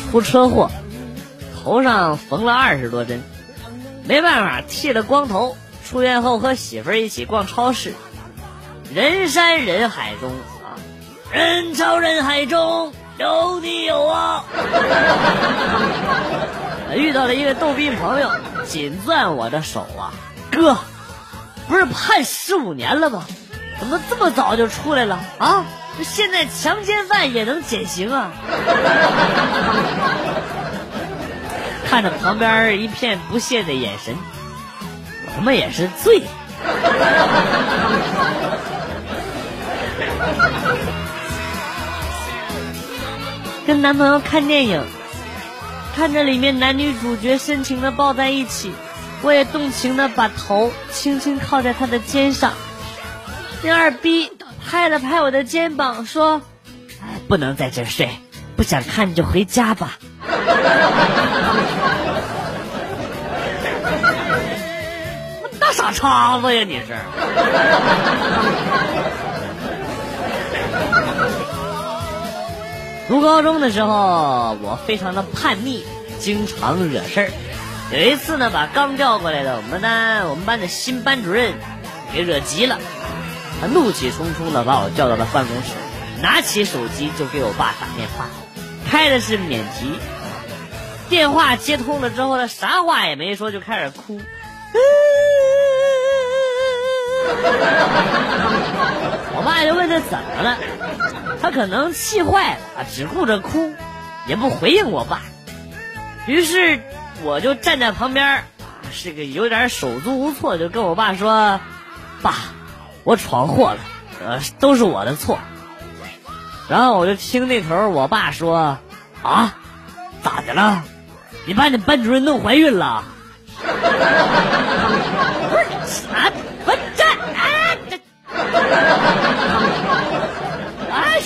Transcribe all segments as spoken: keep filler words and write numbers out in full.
出车祸，头上缝了二十多针，没办法剃了光头。出院后和媳妇儿一起逛超市，人山人海中啊，人潮人海中有你有我。遇到了一个逗逼朋友，紧攥我的手啊，哥，不是判十五年了吗？怎么这么早就出来了啊？现在强奸犯也能减刑啊？看着旁边一片不屑的眼神，我他妈也是醉。跟男朋友看电影，看着里面男女主角深情的抱在一起，我也动情的把头轻轻靠在他的肩上。那二逼拍了拍我的肩膀说，哎，不能在这睡，不想看就回家吧。大傻叉子呀你是。读高中的时候，我非常的叛逆，经常惹事儿。有一次呢，把刚调过来的我们班我们班的新班主任给惹急了，他怒气冲冲的把我叫到了办公室，拿起手机就给我爸打电话，开的是免提。电话接通了之后，他啥话也没说就开始哭。我爸就问他怎么了，他可能气坏了，只顾着哭，也不回应我爸。于是我就站在旁边，是个有点手足无措，就跟我爸说：“爸，我闯祸了，呃，都是我的错。”然后我就听那头我爸说：“啊，咋的了？你把你班主任弄怀孕了？”不是啥，我这啊这，哎。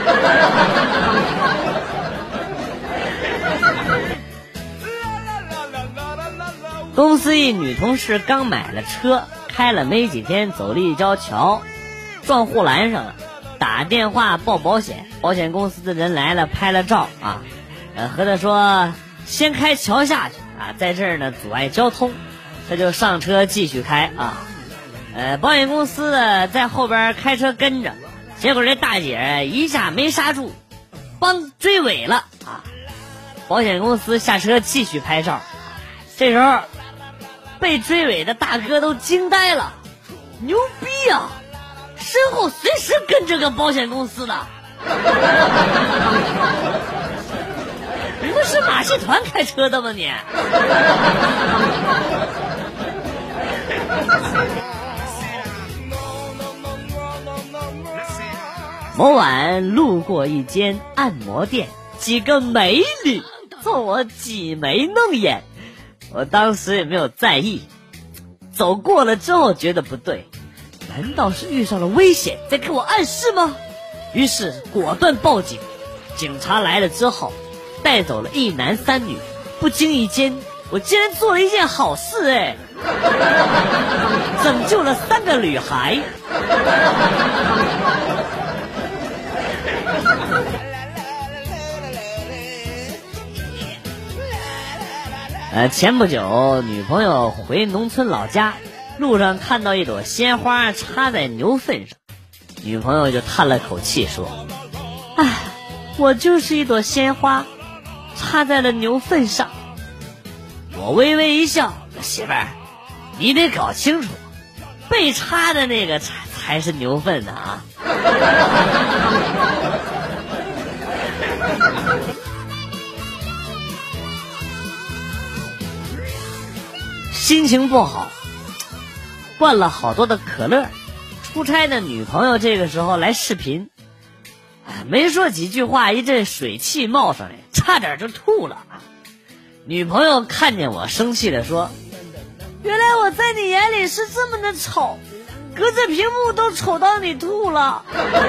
公司一女同事刚买了车，开了没几天，走立交桥，撞护栏上了，打电话报保险，保险公司的人来了，拍了照啊，呃，和他说先开桥下去啊，在这儿呢阻碍交通，他就上车继续开啊，呃，保险公司的在后边开车跟着，结果这大姐一下没刹住，帮追尾了啊，保险公司下车继续拍照，这时候被追尾的大哥都惊呆了，牛逼啊！身后随时跟着个保险公司的。你们是马戏团开车的吗你？某晚路过一间按摩店，几个美女冲我挤眉弄眼，我当时也没有在意，走过了之后觉得不对，难道是遇上了危险在给我暗示吗？于是果断报警，警察来了之后带走了一男三女，不经意间我竟然做了一件好事哎，拯救了三个女孩。呃，前不久女朋友回农村老家，路上看到一朵鲜花插在牛粪上，女朋友就叹了口气说：“唉，我就是一朵鲜花，插在了牛粪上。”我微微一笑：“媳妇儿，你得搞清楚，被插的那个才才是牛粪呢啊！”心情不好，灌了好多的可乐。出差的女朋友这个时候来视频，没说几句话，一阵水汽冒上来，差点就吐了。女朋友看见我生气地说：“原来我在你眼里是这么的丑，隔着屏幕都丑到你吐了。”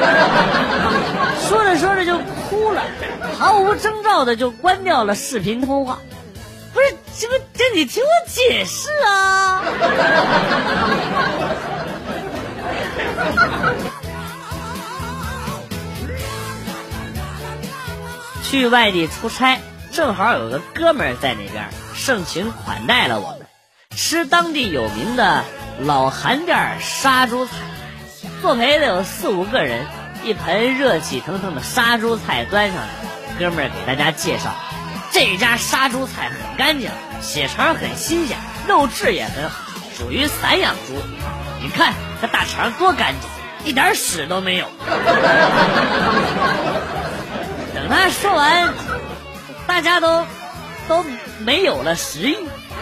说着说着就哭了，毫无征兆的就关掉了视频通话。不是，这个这你听我解释啊！去外地出差， 正好有个哥们儿在那边，盛情款待了我们，吃当地有名的老韩店杀猪菜，作陪的有四五个人，一盆热气腾腾的杀猪菜端上来，哥们儿给大家介绍，这家杀猪菜很干净，血肠很新鲜，肉质也很好，属于散养猪。你看这大肠多干净，一点屎都没有。等他说完，大家都都没有了食欲。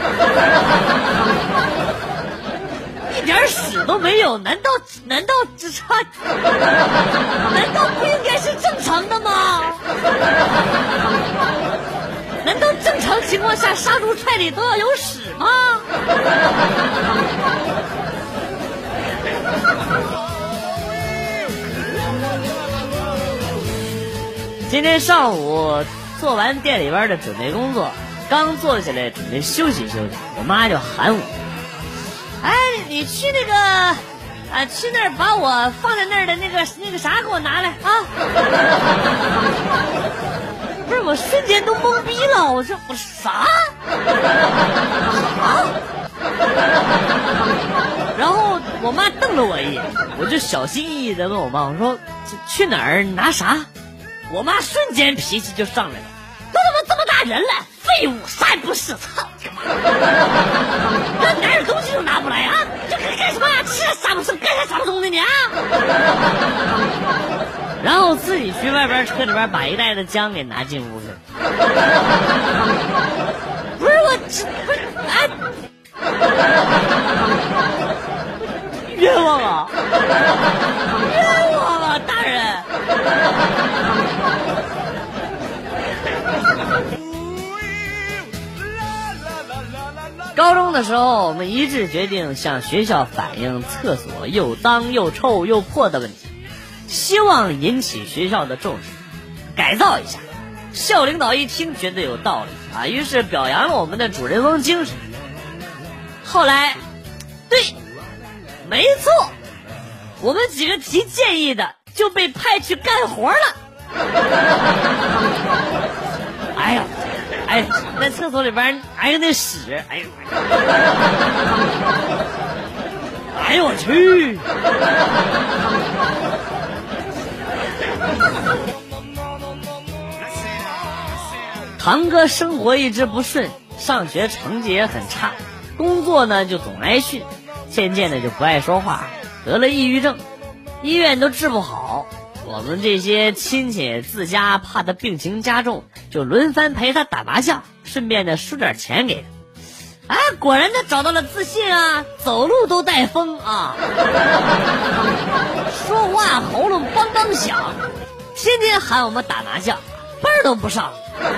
一点屎都没有，难道难道这差？难道不应该是正常的吗？难道正常情况下杀猪菜里都要有屎吗？今天上午做完店里边的准备工作，刚坐下来准备休息休息，我妈就喊我：“哎，你去那个啊，去那儿把我放在那儿的那个那个啥给我拿来啊！”不是，我瞬间都懵逼了，我说我啥？啥？然后我妈瞪了我一眼，我就小心翼翼的问我妈，我说去哪儿拿啥？我妈瞬间脾气就上来了，都他妈这么大人了，废物，啥也不是，操你妈！这拿点东西都拿不来啊！这干什么呀？吃啥不是？干啥啥不中的你啊？然后自己去外边车里边把一袋子姜给拿进屋去。不是我，这不是哎，冤枉啊！冤枉啊，大人！高中的时候，我们一致决定向学校反映厕所又脏又臭又破的问题，希望引起学校的重视，改造一下。校领导一听觉得有道理啊，于是表扬了我们的主人翁精神。后来，对，没错，我们几个提建议的就被派去干活了。哎呀，哎，在厕所里边，哎呀那屎，哎呦，哎呦我去！堂哥生活一直不顺，上学成绩也很差，工作呢就总挨训，渐渐的就不爱说话，得了抑郁症，医院都治不好。我们这些亲戚自家怕他病情加重，就轮番陪他打麻将，顺便的输点钱给他。啊，果然他找到了自信啊，走路都带风啊，说话喉咙梆梆响，天天喊我们打麻将，班儿都不上。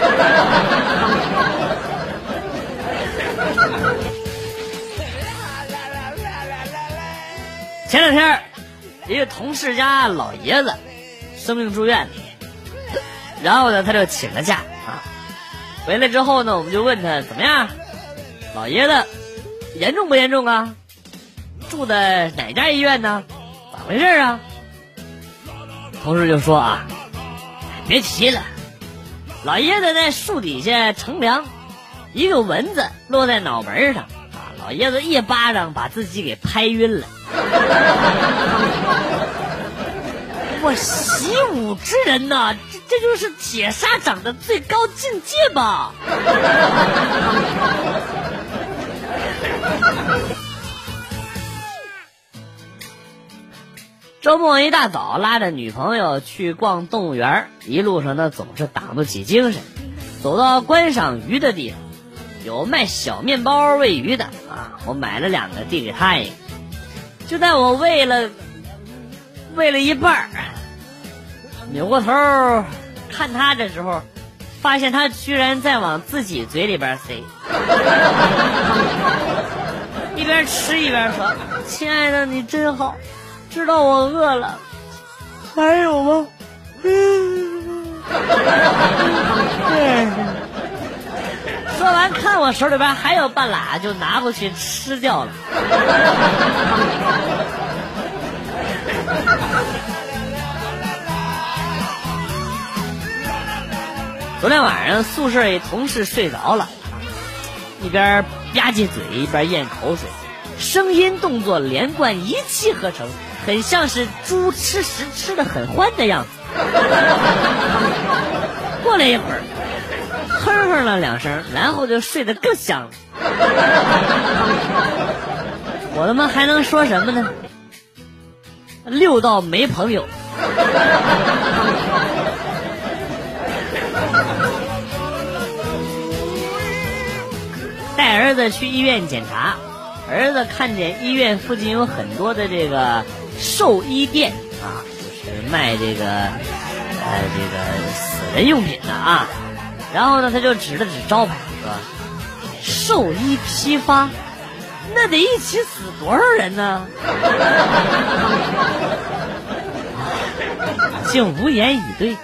前两天一个同事家老爷子生病住院里，然后呢他就请了假啊，回来之后呢我们就问他怎么样，老爷子严重不严重啊，住的哪家医院呢，咋回事啊？同事就说啊，别提了，老爷子在树底下乘凉，一个蚊子落在脑门上啊，老爷子一巴掌把自己给拍晕了。我习武之人呐、啊，这这就是铁砂掌的最高境界吧。周末一大早拉着女朋友去逛动物园，一路上呢总是打不起精神，走到观赏鱼的地方，有卖小面包喂鱼的啊，我买了两个递给他一个，就在我喂了喂了一半，扭过头看他的时候，发现他居然在往自己嘴里边塞，一边吃一边说：“亲爱的，你真好，知道我饿了，还有吗？”说完看我手里边还有半拉，就拿过去吃掉了。 昨天晚上宿舍一同事睡着了，一边吧唧嘴一边咽口水，声音动作连贯一气呵成，很像是猪吃食吃得很欢的样子。过了一会儿，哼哼了两声，然后就睡得更香了。我他妈还能说什么呢？六到没朋友。带儿子去医院检查，儿子看见医院附近有很多的这个兽医店啊，就是卖这个呃这个死人用品的啊。然后呢，他就指了指招牌说：“兽医批发，那得一起死多少人呢？”竟无言以对。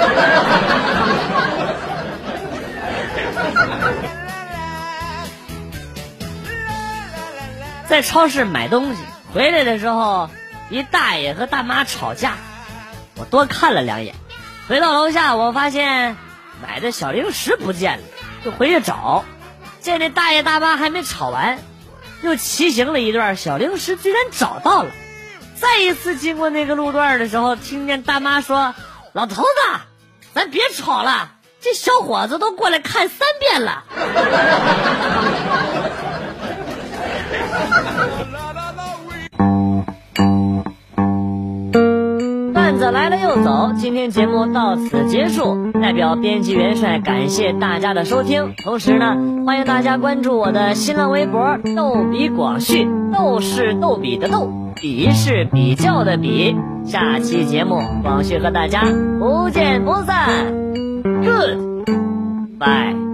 在超市买东西回来的时候，一大爷和大妈吵架，我多看了两眼。回到楼下，我发现买的小零食不见了，就回去找，见那大爷大妈还没吵完，又骑行了一段，小零食居然找到了。再一次经过那个路段的时候，听见大妈说：“老头子，咱别吵了，这小伙子都过来看三遍了。”段子来了又走，今天节目到此结束，代表编辑元帅感谢大家的收听，同时呢，欢迎大家关注我的新浪微博逗比广旭，逗是逗比的逗，比是比较的比。下期节目广旭和大家不见不散 ，Goodbye。